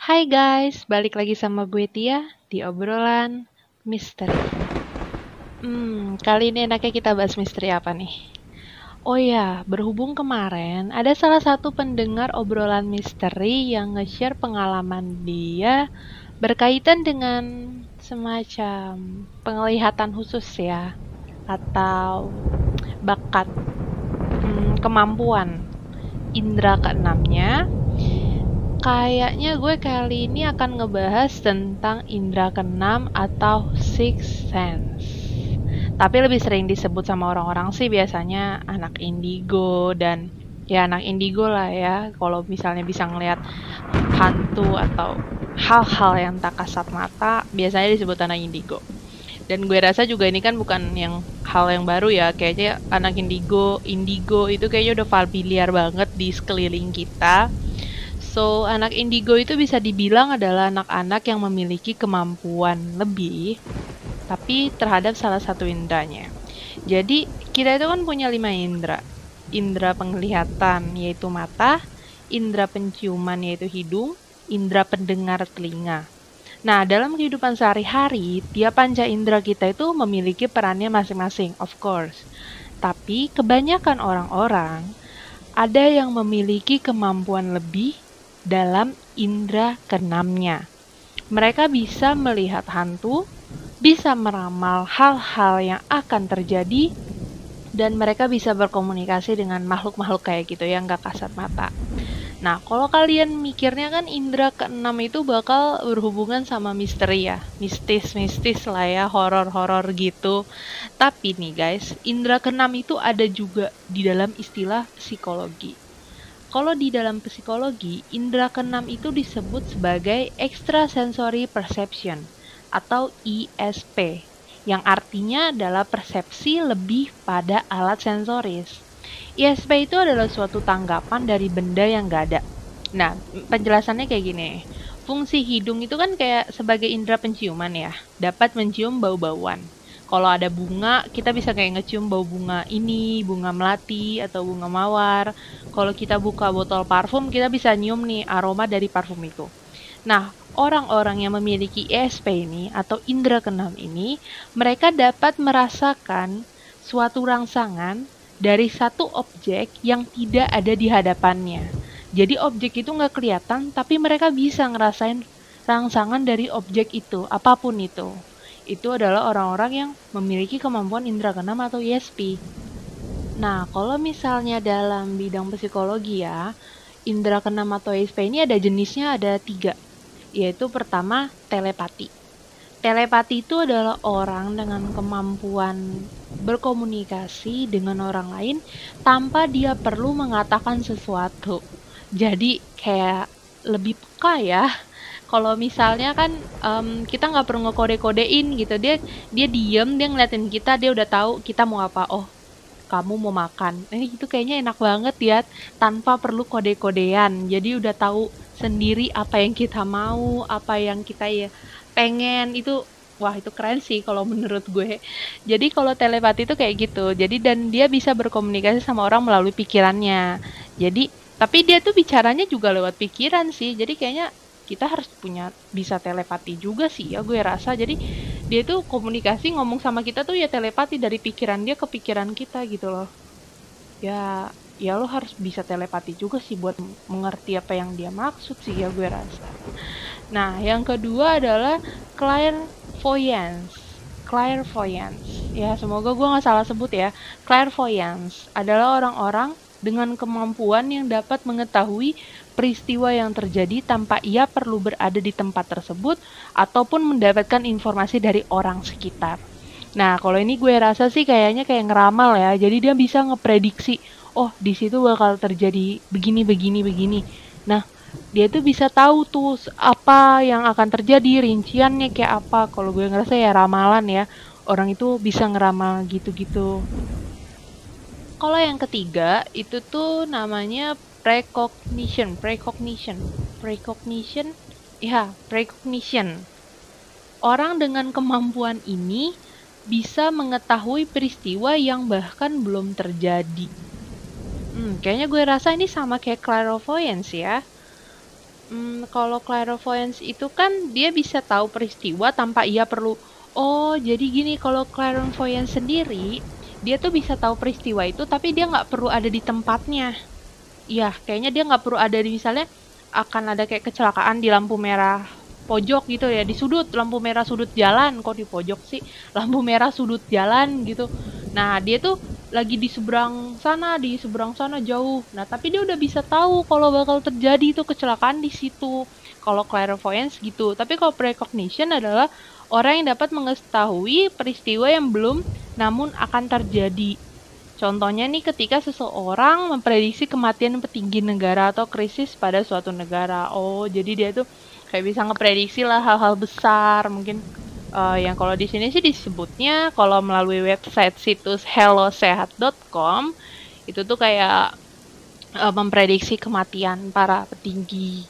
Hai guys, balik lagi sama gue Tia di obrolan misteri. Kali ini enaknya kita bahas misteri apa nih? Oh ya, berhubung kemarin ada salah satu pendengar obrolan misteri yang nge-share pengalaman dia berkaitan dengan semacam penglihatan khusus ya, atau bakat, kemampuan indera keenamnya. Kayaknya gue kali ini akan ngebahas tentang indera keenam atau sixth sense. Tapi lebih sering disebut sama orang-orang sih biasanya anak indigo dan ya anak indigo lah ya. Kalau misalnya bisa ngelihat hantu atau hal-hal yang tak kasat mata, biasanya disebut anak indigo. Dan gue rasa juga ini kan bukan yang hal yang baru ya. Kayaknya anak indigo itu kayaknya udah familiar banget di sekeliling kita. So, anak indigo itu bisa dibilang adalah anak-anak yang memiliki kemampuan lebih, tapi terhadap salah satu inderanya. Jadi, kita itu kan punya 5 indera. Indera penglihatan, yaitu mata, indera penciuman, yaitu hidung, indera pendengar, telinga. Nah, dalam kehidupan sehari-hari, tiap panca indera kita itu memiliki perannya masing-masing, of course. Tapi, kebanyakan orang-orang ada yang memiliki kemampuan lebih dalam indera keenamnya. Mereka bisa melihat hantu, bisa meramal hal-hal yang akan terjadi, dan mereka bisa berkomunikasi dengan makhluk-makhluk kayak gitu yang gak kasat mata. Nah, kalau kalian mikirnya kan indera keenam itu bakal berhubungan sama misteri ya, mistis-mistis lah ya, horor-horor gitu. Tapi nih guys, indera keenam itu ada juga di dalam istilah psikologi. Kalau di dalam psikologi, indera keenam itu disebut sebagai extrasensory perception atau ESP, yang artinya adalah persepsi lebih pada alat sensoris. ESP itu adalah suatu tanggapan dari benda yang gak ada. Nah, penjelasannya kayak gini. Fungsi hidung itu kan kayak sebagai indera penciuman ya, dapat mencium bau-bauan. Kalau ada bunga, kita bisa kayak ngecium bau bunga ini, bunga melati, atau bunga mawar. Kalau kita buka botol parfum, kita bisa nyium nih aroma dari parfum itu. Nah, orang-orang yang memiliki ESP ini, atau indera keenam ini, mereka dapat merasakan suatu rangsangan dari satu objek yang tidak ada di hadapannya. Jadi objek itu nggak kelihatan, tapi mereka bisa ngerasain rangsangan dari objek itu, apapun itu. Itu adalah orang-orang yang memiliki kemampuan indera keenam atau ESP. Nah, kalau misalnya dalam bidang psikologi ya, indera keenam atau ESP ini ada jenisnya, ada 3. Yaitu pertama, telepati. Telepati itu adalah orang dengan kemampuan berkomunikasi dengan orang lain tanpa dia perlu mengatakan sesuatu. Jadi kayak lebih peka ya. Kalau misalnya kan kita nggak perlu ngekode-kodein gitu, dia diem, dia ngeliatin kita, dia udah tahu kita mau apa. Oh, kamu mau makan. Ini itu kayaknya enak banget ya, tanpa perlu kode-kodean. Jadi udah tahu sendiri apa yang kita mau, apa yang kita ya pengen. Itu wah, itu keren sih kalau menurut gue. Jadi kalau telepati itu kayak gitu. Jadi dan dia bisa berkomunikasi sama orang melalui pikirannya. Jadi tapi dia tuh bicaranya juga lewat pikiran sih. Jadi kayaknya kita harus punya bisa telepati juga sih ya, gue rasa. Jadi dia tuh komunikasi ngomong sama kita tuh ya telepati dari pikiran dia ke pikiran kita gitu loh. Ya lo harus bisa telepati juga sih buat mengerti apa yang dia maksud sih ya, gue rasa. Nah, yang kedua adalah clairvoyance. Clairvoyance. Ya, semoga gue nggak salah sebut ya. Clairvoyance adalah orang-orang dengan kemampuan yang dapat mengetahui peristiwa yang terjadi tanpa ia perlu berada di tempat tersebut ataupun mendapatkan informasi dari orang sekitar. Nah, kalau ini gue rasa sih kayaknya kayak ngeramal ya. Jadi dia bisa ngeprediksi, oh di situ bakal terjadi begini, begini, begini. Nah, dia tuh bisa tahu tuh apa yang akan terjadi, rinciannya kayak apa. Kalau gue ngerasa ya ramalan ya. Orang itu bisa ngeramal gitu-gitu. Kalau yang ketiga itu tuh namanya precognition. Orang dengan kemampuan ini bisa mengetahui peristiwa yang bahkan belum terjadi. Kayaknya gue rasa ini sama kayak clairvoyance ya. Kalau clairvoyance itu kan dia bisa tahu peristiwa tanpa ia perlu. Oh, jadi gini, kalau clairvoyance sendiri, dia tuh bisa tahu peristiwa itu, tapi dia nggak perlu ada di tempatnya. Iya, kayaknya dia nggak perlu ada di, misalnya akan ada kayak kecelakaan di lampu merah pojok gitu ya, di sudut, lampu merah sudut jalan, kok di pojok sih, lampu merah sudut jalan gitu. Nah, dia tuh lagi di seberang sana jauh. Nah, tapi dia udah bisa tahu kalau bakal terjadi itu kecelakaan di situ. Kalau clairvoyance gitu. Tapi kalau precognition adalah orang yang dapat mengetahui peristiwa yang belum namun akan terjadi. Contohnya nih ketika seseorang memprediksi kematian petinggi negara atau krisis pada suatu negara. Oh, jadi dia tuh kayak bisa ngeprediksi lah hal-hal besar. Mungkin yang kalau di sini sih disebutnya kalau melalui website situs hellosehat.com itu tuh kayak memprediksi kematian para petinggi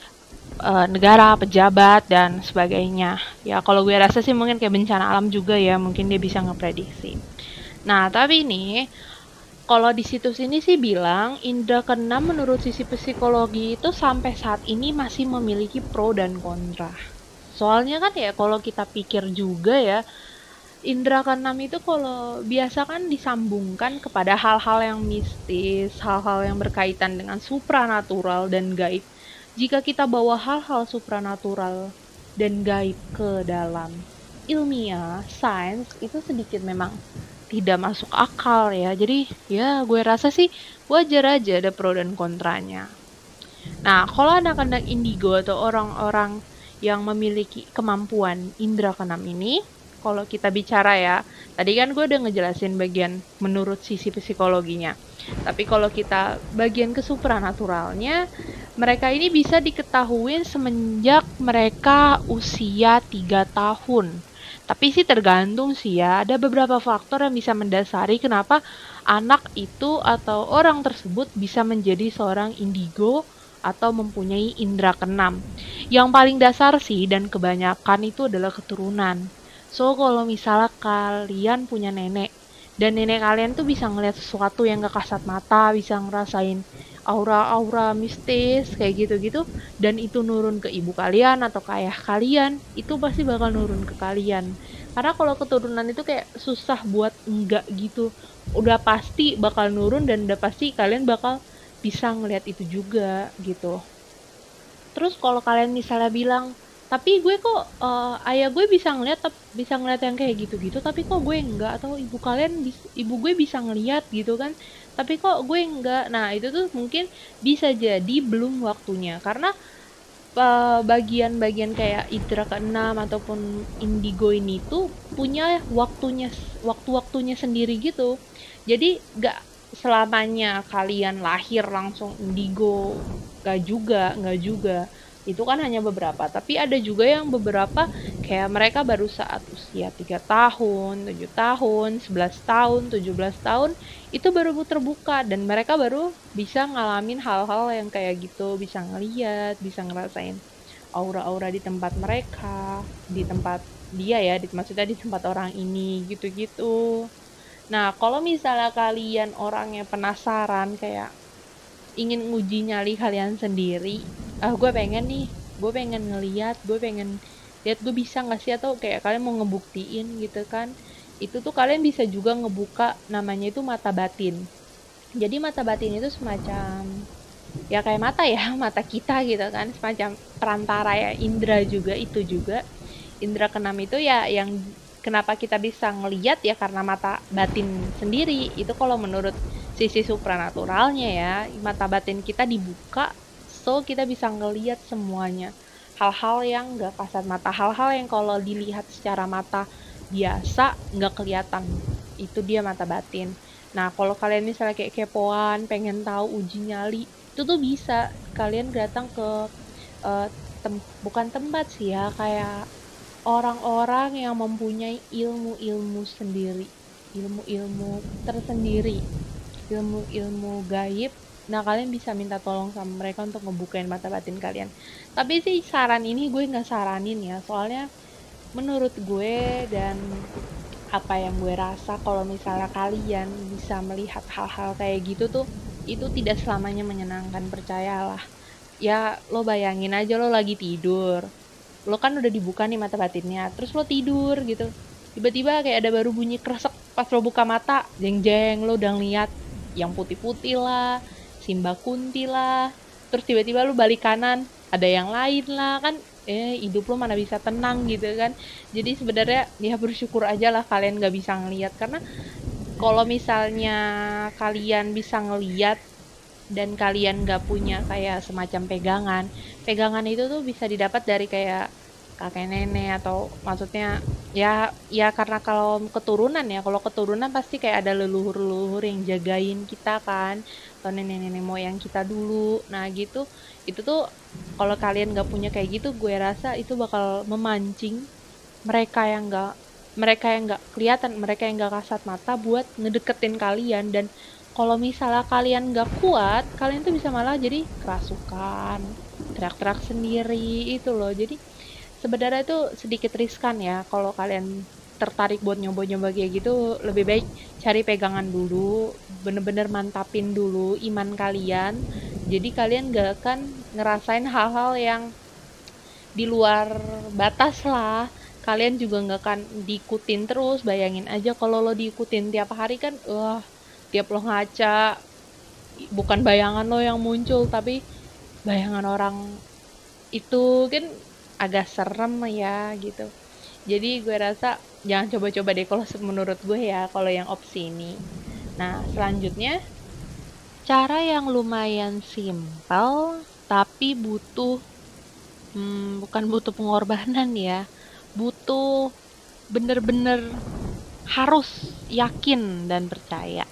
negara, pejabat dan sebagainya. Ya kalau gue rasa sih mungkin kayak bencana alam juga ya, mungkin dia bisa ngeprediksi. Nah, tapi ini kalau di situs ini sih bilang indera keenam menurut sisi psikologi itu sampai saat ini masih memiliki pro dan kontra. Soalnya kan ya kalau kita pikir juga ya, indera keenam itu kalau biasa kan disambungkan kepada hal-hal yang mistis, hal-hal yang berkaitan dengan supranatural dan gaib. Jika kita bawa hal-hal supranatural dan gaib ke dalam ilmiah, sains, itu sedikit memang tidak masuk akal ya. Jadi ya gue rasa sih wajar aja ada pro dan kontranya. Nah, kalau anak-anak indigo atau orang-orang yang memiliki kemampuan indera keenam ini, kalau kita bicara ya, tadi kan gue udah ngejelasin bagian menurut sisi psikologinya. Tapi kalau kita bagian ke supranaturalnya, mereka ini bisa diketahui semenjak mereka usia 3 tahun. Tapi sih tergantung sih ya, ada beberapa faktor yang bisa mendasari kenapa anak itu atau orang tersebut bisa menjadi seorang indigo atau mempunyai indera keenam. Yang paling dasar sih dan kebanyakan itu adalah keturunan. So, kalau misalnya kalian punya nenek, dan nenek kalian tuh bisa ngeliat sesuatu yang gak kasat mata, bisa ngerasain aura-aura mistis, kayak gitu-gitu, dan itu nurun ke ibu kalian atau ke ayah kalian, itu pasti bakal nurun ke kalian. Karena kalau keturunan itu kayak susah buat enggak gitu. Udah pasti bakal nurun dan udah pasti kalian bakal bisa ngelihat itu juga gitu. Terus kalau kalian misalnya bilang, tapi gue kok ayah gue bisa ngeliat yang kayak gitu-gitu, tapi kok gue enggak, atau ibu gue bisa ngeliat gitu kan, tapi kok gue enggak. Nah itu tuh mungkin bisa jadi belum waktunya, karena bagian-bagian kayak indra keenam ataupun indigo ini tuh punya waktu-waktunya sendiri gitu. Jadi gak selamanya kalian lahir langsung indigo, gak juga itu kan hanya beberapa, tapi ada juga yang beberapa kayak mereka baru saat usia 3 tahun, 7 tahun, 11 tahun, 17 tahun itu baru terbuka dan mereka baru bisa ngalamin hal-hal yang kayak gitu, bisa ngeliat, bisa ngerasain aura-aura di tempat mereka, di tempat dia ya, maksudnya di tempat orang ini gitu-gitu. Nah, kalau misalnya kalian orangnya penasaran kayak ingin nguji nyali kalian sendiri, gue pengen ngeliat, gue pengen lihat gue bisa nggak sih, atau kayak kalian mau ngebuktiin gitu kan, itu tuh kalian bisa juga ngebuka namanya itu mata batin. Jadi mata batin itu semacam ya kayak mata ya mata kita gitu kan, semacam perantara ya, indera juga, itu juga indera keenam itu ya yang kenapa kita bisa ngeliat ya karena mata batin sendiri. Itu kalau menurut sisi supranaturalnya ya, mata batin kita dibuka, so kita bisa ngeliat semuanya, hal-hal yang gak kasat mata, hal-hal yang kalau dilihat secara mata biasa gak kelihatan, itu dia mata batin. Nah kalau kalian misalnya kayak kepoan, pengen tahu uji nyali, itu tuh bisa kalian datang ke uh, bukan tempat sih ya, kayak orang-orang yang mempunyai ilmu-ilmu sendiri, ilmu-ilmu tersendiri, ilmu-ilmu gaib. Nah kalian bisa minta tolong sama mereka untuk ngebukain mata batin kalian. Tapi sih saran ini gue nggak saranin ya, soalnya menurut gue dan apa yang gue rasa, kalau misalnya kalian bisa melihat hal-hal kayak gitu tuh, itu tidak selamanya menyenangkan, percayalah. Ya lo bayangin aja lo lagi tidur, lo kan udah dibuka nih mata batinnya, terus lo tidur gitu, tiba-tiba kayak ada baru bunyi kresek pas lo buka mata, jeng jeng, lo udah ngeliat yang putih-putih lah, Simba Kunti lah, terus tiba-tiba lo balik kanan ada yang lain lah kan, hidup lo mana bisa tenang gitu kan. Jadi sebenarnya ya bersyukur aja lah kalian gak bisa ngeliat, karena kalau misalnya kalian bisa ngeliat dan kalian gak punya kayak semacam pegangan, pegangan itu tuh bisa didapat dari kayak kakek nenek, atau maksudnya ya karena kalau keturunan ya, kalau keturunan pasti kayak ada leluhur-leluhur yang jagain kita kan, atau nenek-nenek moyang kita dulu. Nah gitu, itu tuh kalau kalian gak punya kayak gitu, gue rasa itu bakal memancing mereka yang nggak kelihatan, mereka yang nggak kasat mata buat ngedeketin kalian. Dan kalau misalnya kalian nggak kuat, kalian tuh bisa malah jadi kerasukan, teriak-teriak sendiri itu loh. Jadi sebenarnya itu sedikit riskan ya kalau kalian tertarik buat nyoba-nyoba kayak gitu. Lebih baik cari pegangan dulu, bener-bener mantapin dulu iman kalian, jadi kalian gak akan ngerasain hal-hal yang di luar batas lah. Kalian juga nggak akan diikutin terus. Bayangin aja kalau lo diikutin tiap hari kan, tiap lo ngaca bukan bayangan lo yang muncul, tapi bayangan orang itu kan agak serem ya gitu. Jadi gue rasa jangan coba-coba deh kalau menurut gue ya, kalau yang opsi ini. Nah selanjutnya, cara yang lumayan simpel tapi butuh bukan butuh pengorbanan ya, butuh bener-bener harus yakin dan percaya.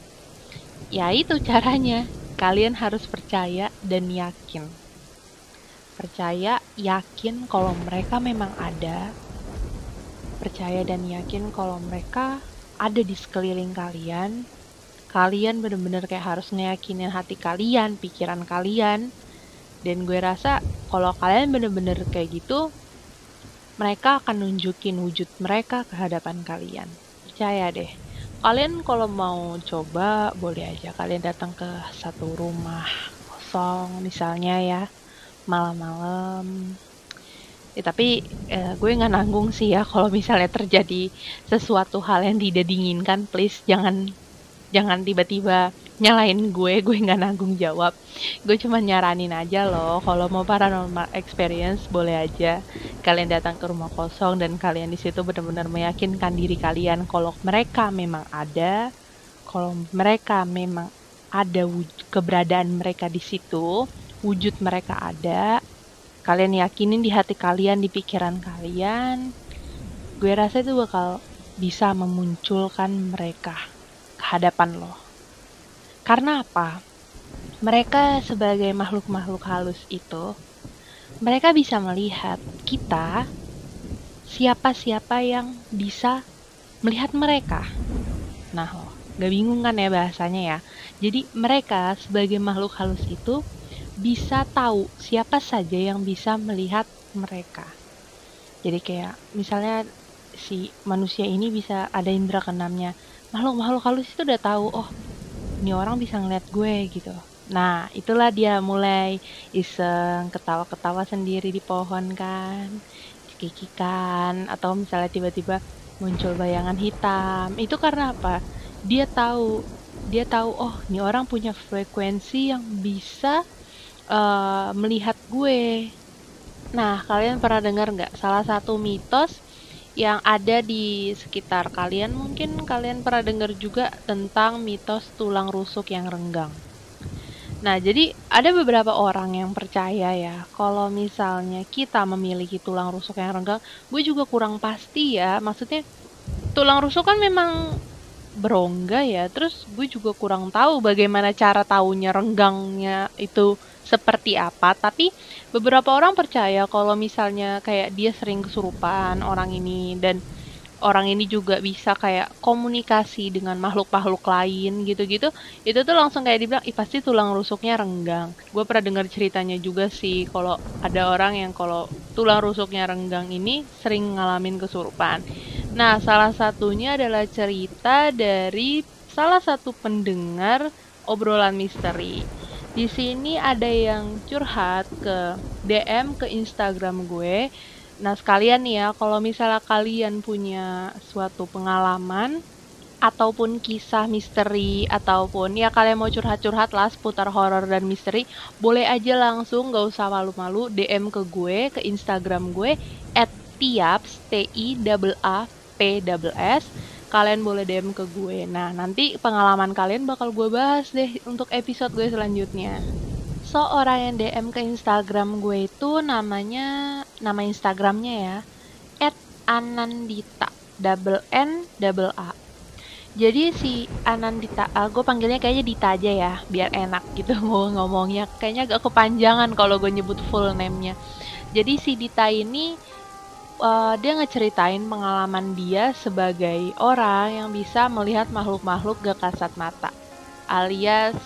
Ya itu caranya, kalian harus percaya dan yakin. Percaya, yakin kalau mereka memang ada. Percaya dan yakin kalau mereka ada di sekeliling kalian. Kalian bener-bener kayak harus ngeyakinin hati kalian, pikiran kalian. Dan gue rasa kalau kalian bener-bener kayak gitu, mereka akan nunjukin wujud mereka ke hadapan kalian. Percaya deh. Kalian kalau mau coba, boleh aja kalian datang ke satu rumah kosong misalnya ya, malam-malam. Tapi gue nggak nanggung sih ya kalau misalnya terjadi sesuatu hal yang tidak diinginkan. Please jangan tiba-tiba nyalain gue nggak nanggung jawab. Gue cuma nyaranin aja loh, kalau mau paranormal experience boleh aja kalian datang ke rumah kosong dan kalian di situ benar-benar meyakinkan diri kalian kalau mereka memang ada, kalau mereka memang ada keberadaan mereka di situ, wujud mereka ada. Kalian yakinin di hati kalian, di pikiran kalian, gue rasa itu bakal bisa memunculkan mereka ke hadapan lo. Karena apa? Mereka sebagai makhluk-makhluk halus itu, mereka bisa melihat kita, siapa-siapa yang bisa melihat mereka. Nah, gak bingung kan ya bahasanya ya? Jadi mereka sebagai makhluk halus itu bisa tahu siapa saja yang bisa melihat mereka. Jadi kayak misalnya si manusia ini bisa ada indera keenamnya. Makhluk-makhluk halus itu udah tahu, oh ini orang bisa ngeliat gue gitu. Nah itulah dia mulai iseng ketawa-ketawa sendiri di pohon kan, cekikikan, atau misalnya tiba-tiba muncul bayangan hitam. Itu karena apa? Dia tahu oh ini orang punya frekuensi yang bisa melihat gue. Nah kalian pernah dengar nggak salah satu mitos yang ada di sekitar kalian? Mungkin kalian pernah dengar juga tentang mitos tulang rusuk yang renggang. Nah, jadi ada beberapa orang yang percaya ya, kalau misalnya kita memiliki tulang rusuk yang renggang, gue juga kurang pasti ya. Maksudnya tulang rusuk kan memang berongga ya, terus gue juga kurang tahu bagaimana cara taunya renggangnya itu seperti apa. Tapi beberapa orang percaya kalau misalnya kayak dia sering kesurupan orang ini, dan orang ini juga bisa kayak komunikasi dengan makhluk-makhluk lain gitu-gitu, itu tuh langsung kayak dibilang, ih pasti tulang rusuknya renggang. Gue pernah dengar ceritanya juga sih, kalau ada orang yang kalau tulang rusuknya renggang ini sering ngalamin kesurupan. Nah, salah satunya adalah cerita dari salah satu pendengar obrolan misteri. Di sini ada yang curhat ke DM ke Instagram gue. Nah, sekalian nih ya, kalau misalnya kalian punya suatu pengalaman ataupun kisah misteri ataupun ya kalian mau curhat-curhat lah seputar horor dan misteri, boleh aja langsung, gak usah malu-malu DM ke gue ke Instagram gue @tiaps TIAAPSS. Kalian boleh DM ke gue. Nah, nanti pengalaman kalian bakal gue bahas deh untuk episode gue selanjutnya. So, orang yang DM ke Instagram gue itu nama Instagramnya ya @anandita double N double A. Jadi si Anandita, gue panggilnya kayaknya Dita aja ya, biar enak gitu mau ngomongnya. Kayaknya agak kepanjangan kalau gue nyebut full name-nya. Jadi si Dita ini dia ngeceritain pengalaman dia sebagai orang yang bisa melihat makhluk-makhluk gak kasat mata, alias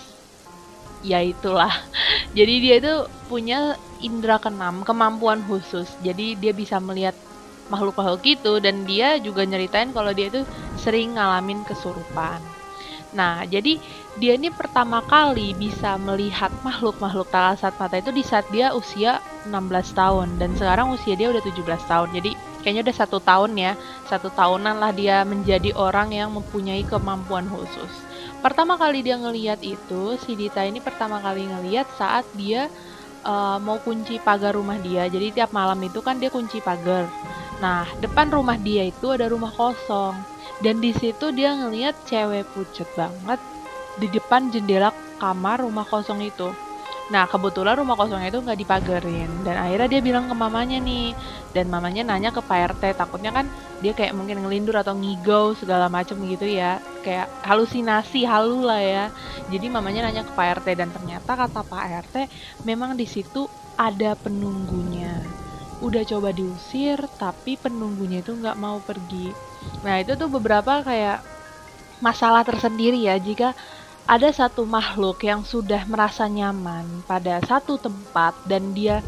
ya itulah. Jadi dia itu punya indera keenam, kemampuan khusus. Jadi dia bisa melihat makhluk-makhluk gitu, dan dia juga nyeritain kalau dia itu sering ngalamin kesurupan. Nah, jadi dia ini pertama kali bisa melihat makhluk-makhluk tak kasat mata itu di saat dia usia 16 tahun, dan sekarang usia dia udah 17 tahun. Jadi kayaknya udah 1 tahun ya, 1 tahunan lah dia menjadi orang yang mempunyai kemampuan khusus. Pertama kali dia ngeliat itu, si Dita ini pertama kali ngeliat saat dia mau kunci pagar rumah dia. Jadi tiap malam itu kan dia kunci pagar. Nah, depan rumah dia itu ada rumah kosong. Dan di situ dia ngeliat cewek pucet banget di depan jendela kamar rumah kosong itu. Nah, kebetulan rumah kosong itu nggak dipagarin. Dan akhirnya dia bilang ke mamanya nih. Dan mamanya nanya ke Pak RT. Takutnya kan dia kayak mungkin ngelindur atau ngigau segala macam gitu ya. Kayak halusinasi, halu lah ya. Jadi mamanya nanya ke Pak RT. Dan ternyata kata Pak RT, memang di situ ada penunggunya. Udah coba diusir, tapi penunggunya itu nggak mau pergi. Nah, itu tuh beberapa kayak masalah tersendiri ya, jika ada satu makhluk yang sudah merasa nyaman pada satu tempat dan dia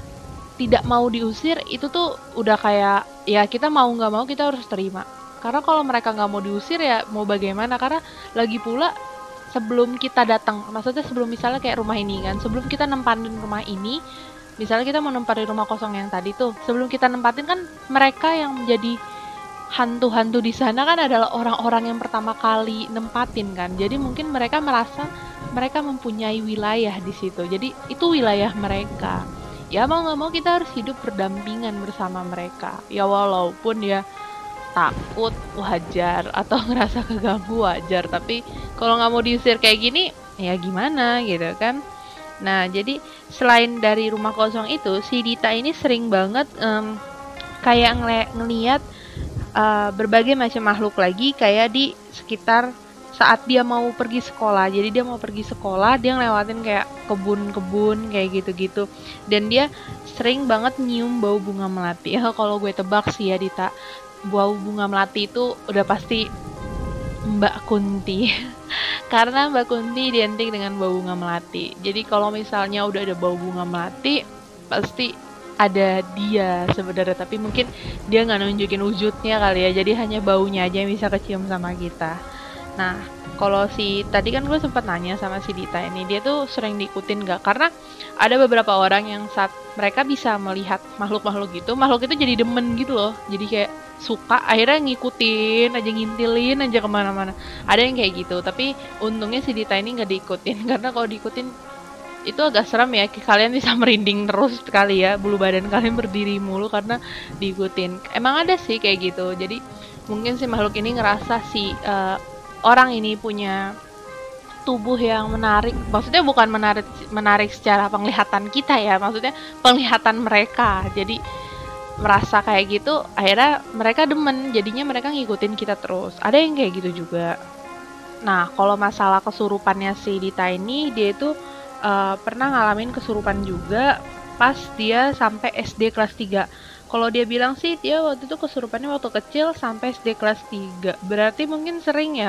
tidak mau diusir, itu tuh udah kayak ya kita mau nggak mau kita harus terima. Karena kalau mereka nggak mau diusir ya mau bagaimana, karena lagi pula sebelum kita datang, maksudnya sebelum misalnya kayak rumah ini kan, sebelum kita nempatin rumah ini, misalnya kita mau nempatin rumah kosong yang tadi tuh, sebelum kita nempatin kan mereka yang menjadi hantu-hantu di sana kan adalah orang-orang yang pertama kali nempatin kan. Jadi mungkin mereka merasa mereka mempunyai wilayah di situ. Jadi itu wilayah mereka. Ya mau nggak mau kita harus hidup berdampingan bersama mereka. Ya walaupun ya takut wajar atau ngerasa keganggu wajar. Tapi kalau nggak mau diusir kayak gini, ya gimana gitu kan. Nah, jadi selain dari rumah kosong itu, si Dita ini sering banget kayak ngeliat berbagai macam makhluk lagi kayak di sekitar saat dia mau pergi sekolah. Jadi dia mau pergi sekolah, dia ngelewatin kayak kebun-kebun kayak gitu-gitu. Dan dia sering banget nyium bau bunga melati. Ya kalau gue tebak sih ya Dita, bau bunga melati itu udah pasti Mbak Kunti. Karena Mbak Kunti identik dengan bau bunga melati. Jadi kalau misalnya udah ada bau bunga melati, pasti ada dia sebenarnya, tapi mungkin dia nggak nunjukin wujudnya kali ya, jadi hanya baunya aja yang bisa kecium sama kita. Nah, kalau si tadi kan gue sempat nanya sama si Dita ini, dia tuh sering diikutin nggak? Karena ada beberapa orang yang saat mereka bisa melihat makhluk-makhluk gitu, makhluk itu jadi demen gitu loh, jadi kayak suka, akhirnya ngikutin aja, ngintilin aja kemana-mana. Ada yang kayak gitu, tapi untungnya si Dita ini nggak diikutin, karena kalau diikutin itu agak serem ya, kalian bisa merinding terus kali ya, bulu badan kalian berdiri mulu karena diikutin. Emang ada sih kayak gitu, jadi mungkin si makhluk ini ngerasa si orang ini punya tubuh yang menarik, maksudnya bukan menarik secara penglihatan kita ya, maksudnya penglihatan mereka, jadi merasa kayak gitu, akhirnya mereka demen, jadinya mereka ngikutin kita terus. Ada yang kayak gitu juga. Nah, kalau masalah kesurupannya si Dita ini, dia itu pernah ngalamin kesurupan juga pas dia sampai SD kelas 3. Kalau dia bilang sih dia waktu itu kesurupannya waktu kecil sampai SD kelas 3. Berarti mungkin sering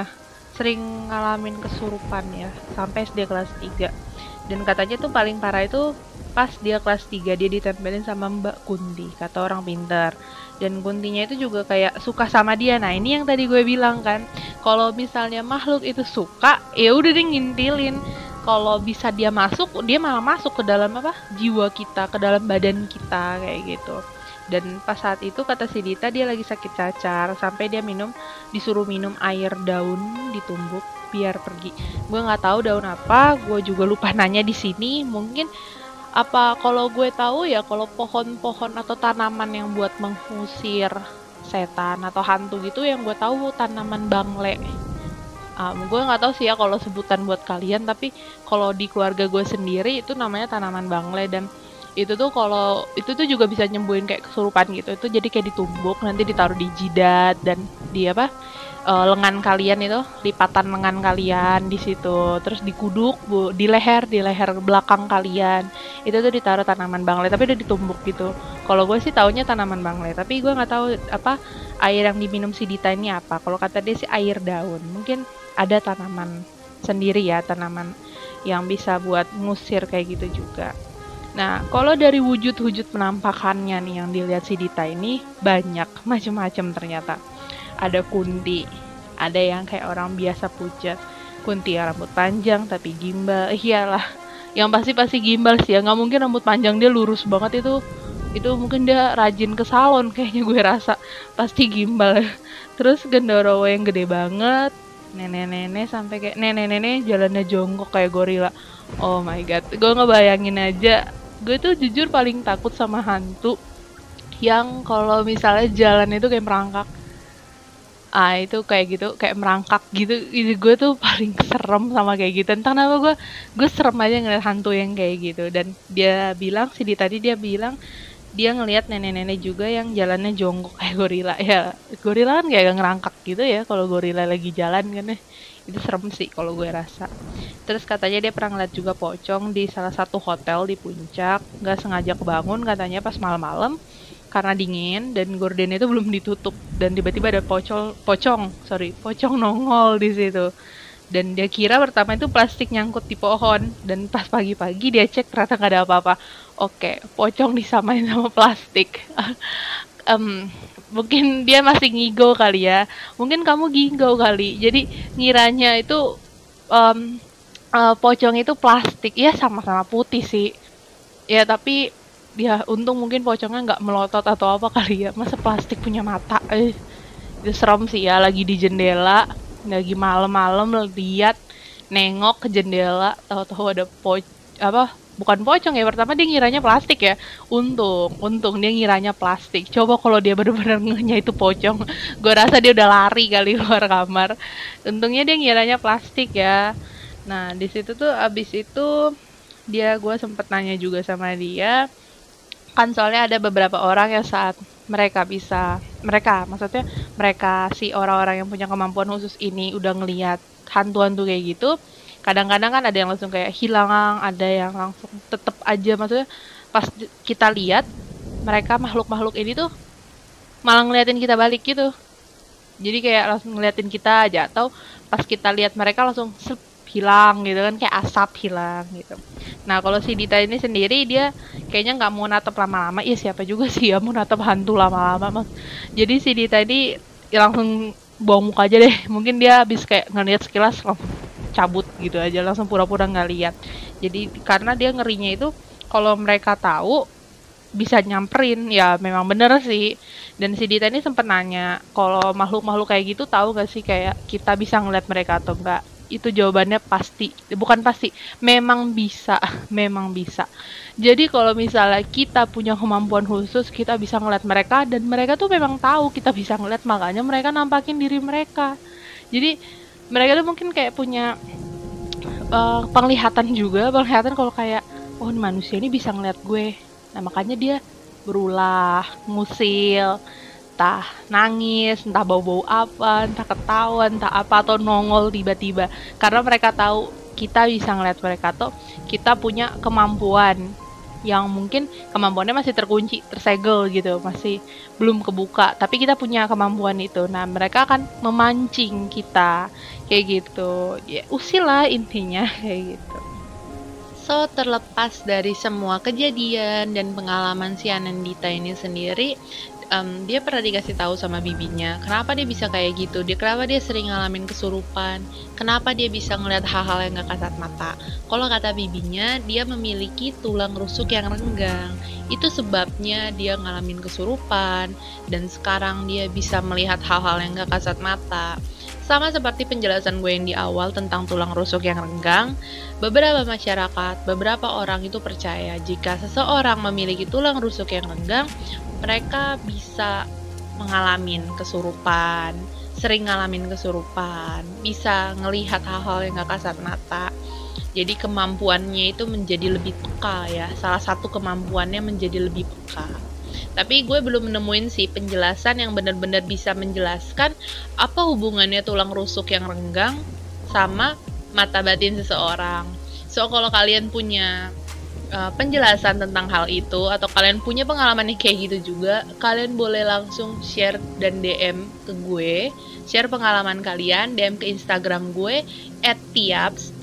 ngalamin kesurupan ya sampai SD kelas 3. Dan katanya tuh paling parah itu pas dia kelas 3, dia ditempelin sama Mbak Kunti, kata orang pintar. Dan Kuntinya itu juga kayak suka sama dia. Nah, ini yang tadi gue bilang kan, kalau misalnya makhluk itu suka, ya udah dia ngintilin. kalau bisa dia masuk, dia malah masuk ke dalam apa, jiwa kita, ke dalam badan kita kayak gitu. Dan pas saat itu kata si Dita dia lagi sakit cacar, sampai dia disuruh minum air daun ditumbuk biar pergi. Gue nggak tahu daun apa, gue juga lupa nanya di sini. Mungkin apa, kalau gue tahu ya kalau pohon-pohon atau tanaman yang buat mengusir setan atau hantu gitu, yang gue tahu tanaman bangle. Gue nggak tahu sih ya kalau sebutan buat kalian, tapi kalau di keluarga gue sendiri itu namanya tanaman bangle. Dan itu tuh kalau itu tuh juga bisa nyembuhin kayak kesurupan gitu. Itu jadi kayak ditumbuk, nanti ditaruh di jidat dan di apa, lengan kalian, itu lipatan lengan kalian di situ, terus dikuduk di leher belakang kalian, itu tuh ditaruh tanaman bangle tapi udah ditumbuk gitu. Kalau gue sih taunya tanaman bangle, tapi gue nggak tahu apa air yang diminum si Dita ini apa. Kalau kata dia sih air daun, mungkin ada tanaman sendiri ya, tanaman yang bisa buat ngusir kayak gitu juga. Nah, kalau dari wujud-wujud penampakannya nih yang dilihat si Dita ini banyak macam-macam ternyata. Ada kunti, ada yang kayak orang biasa pucat, kunti yang rambut panjang tapi gimbal. Iyalah, yang pasti gimbal sih ya, nggak mungkin rambut panjang dia lurus banget itu. Itu mungkin dia rajin ke salon kayaknya, gue rasa pasti gimbal. Terus Gendorowo yang gede banget, nenek-nenek sampai kayak nenek-nenek jalannya jongkok kayak gorila. Oh my god, gue ngebayangin aja. Gue tuh jujur paling takut sama hantu yang kalau misalnya jalan itu kayak merangkak. Itu kayak gitu, kayak merangkak gitu. Gue tuh paling serem sama kayak gitu. Entah kenapa gue serem aja ngeliat hantu yang kayak gitu. Dan dia bilang, tadi dia bilang dia ngelihat nenek-nenek juga yang jalannya jongkok kayak gorila. Ya, gorila kan kayak ngerangkak gitu ya kalau gorila lagi jalan kan ya. Itu serem sih kalau gue rasa. Terus katanya dia pernah ngeliat juga pocong di salah satu hotel di puncak. Nggak sengaja kebangun katanya pas malam-malam karena dingin dan gordennya itu belum ditutup, dan tiba-tiba ada pocong nongol di situ. Dan dia kira pertama itu plastik nyangkut di pohon, dan pas pagi-pagi dia cek ternyata nggak ada apa-apa. Oke, pocong disamain sama plastik. Mungkin dia masih ngigo kali ya, mungkin kamu ngigo kali, jadi ngiranya itu pocong itu plastik. Ya sama-sama putih sih ya, tapi dia untung mungkin pocongnya nggak melotot atau apa kali ya, masa plastik punya mata. Itu serem sih ya, lagi di jendela, lagi malam-malam lihat, nengok ke jendela, tahu-tahu ada bukan pocong ya. Pertama dia ngiranya plastik ya, untung dia ngiranya plastik. Coba kalau dia benar-benar ngehnya itu pocong, gue rasa dia udah lari kali keluar kamar. Untungnya dia ngiranya plastik ya. Nah di situ tuh abis itu gue sempet nanya juga sama dia, kan soalnya ada beberapa orang yang saat mereka si orang-orang yang punya kemampuan khusus ini udah ngelihat hantu-hantu kayak gitu, kadang-kadang kan ada yang langsung kayak hilang, ada yang langsung tetep aja, maksudnya pas kita lihat mereka makhluk-makhluk ini tuh malah ngeliatin kita balik gitu. Jadi kayak langsung ngeliatin kita aja, atau pas kita lihat mereka langsung hilang gitu kan, kayak asap hilang gitu. Nah kalau si Dita ini sendiri dia kayaknya nggak mau natap lama-lama. Ya siapa juga sih ya mau natap hantu lama-lama, Mas. Jadi si Dita ini ya langsung buang muka aja deh. Mungkin dia habis kayak ngeliat sekilas langsung cabut gitu aja, langsung pura-pura nggak lihat. Jadi karena dia ngerinya itu kalau mereka tahu bisa nyamperin. Ya memang bener sih. Dan si Dita ini sempet nanya kalau makhluk-makhluk kayak gitu tahu gak sih kayak kita bisa ngeliat mereka atau enggak. Itu jawabannya memang bisa. Memang bisa. Jadi kalau misalnya kita punya kemampuan khusus, kita bisa ngeliat mereka, dan mereka tuh memang tahu kita bisa ngeliat, makanya mereka nampakin diri mereka. Jadi mereka tuh mungkin kayak punya penglihatan kalau kayak, oh manusia ini bisa ngeliat gue. Nah makanya dia berulah, ngusil, entah nangis, entah bau-bau apa, entah ketawa, entah apa, atau nongol tiba-tiba. Karena mereka tahu kita bisa ngeliat mereka, atau kita punya kemampuan yang mungkin kemampuannya masih terkunci, tersegel gitu, masih belum kebuka, tapi kita punya kemampuan itu. Nah mereka akan memancing kita kayak gitu ya, usil lah intinya kayak gitu. So, terlepas dari semua kejadian dan pengalaman si Anandita ini sendiri, dia pernah dikasih tahu sama bibinya, kenapa dia bisa kayak gitu, kenapa dia sering ngalamin kesurupan, kenapa dia bisa ngeliat hal-hal yang gak kasat mata. Kalau kata bibinya, dia memiliki tulang rusuk yang renggang. Itu sebabnya dia ngalamin kesurupan, dan sekarang dia bisa melihat hal-hal yang gak kasat mata. Sama seperti penjelasan gue yang di awal tentang tulang rusuk yang renggang, beberapa masyarakat, beberapa orang itu percaya jika seseorang memiliki tulang rusuk yang renggang, mereka bisa mengalami kesurupan, sering ngalamin kesurupan, bisa ngelihat hal-hal yang gak kasat mata. Jadi kemampuannya itu menjadi lebih peka ya, salah satu kemampuannya menjadi lebih peka. Tapi gue belum nemuin sih penjelasan yang benar-benar bisa menjelaskan apa hubungannya tulang rusuk yang renggang sama mata batin seseorang. So kalau kalian punya penjelasan tentang hal itu atau kalian punya pengalaman yang kayak gitu juga, kalian boleh langsung share dan DM ke gue, share pengalaman kalian, DM ke Instagram gue @tiaps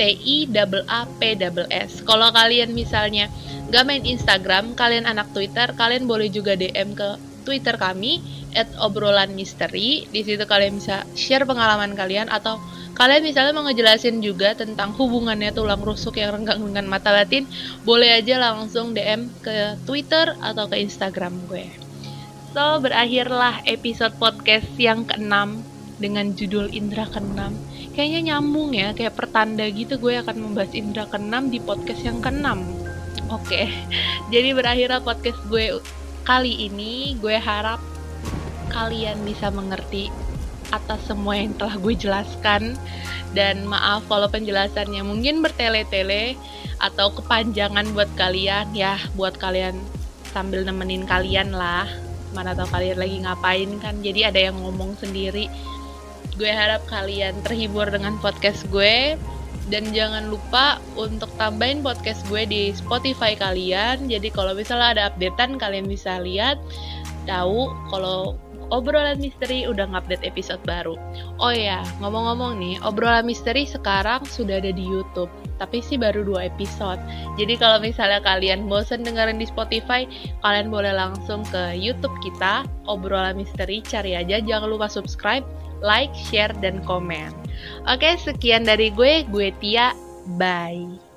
TIAAPSS. Kalau kalian misalnya gak main Instagram, kalian anak Twitter, kalian boleh juga DM ke Twitter kami @obrolanmisteri. Di situ kalian bisa share pengalaman kalian, atau kalian misalnya mau ngejelasin juga tentang hubungannya tulang rusuk yang renggang dengan mata batin, boleh aja langsung DM ke Twitter atau ke Instagram gue. So, berakhirlah episode podcast yang ke-6 dengan judul Indra ke-6. Kayaknya nyambung ya, kayak pertanda gitu gue akan membahas Indra ke-6 di podcast yang ke-6. Oke, jadi berakhirlah podcast gue kali ini. Gue harap kalian bisa mengerti atas semua yang telah gue jelaskan, dan maaf kalau penjelasannya mungkin bertele-tele atau kepanjangan buat kalian ya, buat kalian sambil nemenin kalian lah, mana tahu kalian lagi ngapain kan, jadi ada yang ngomong sendiri. Gue harap kalian terhibur dengan podcast gue, dan jangan lupa untuk tambahin podcast gue di Spotify kalian, jadi kalau misalnya ada updatean kalian bisa lihat, tahu kalau Obrolan Misteri udah ngupdate episode baru. Oh ya, ngomong-ngomong nih, Obrolan Misteri sekarang sudah ada di YouTube, tapi sih baru 2 episode. Jadi kalau misalnya kalian bosen dengerin di Spotify, kalian boleh langsung ke YouTube kita, Obrolan Misteri, cari aja, jangan lupa subscribe, like, share, dan komen. Oke, sekian dari gue Tia, bye.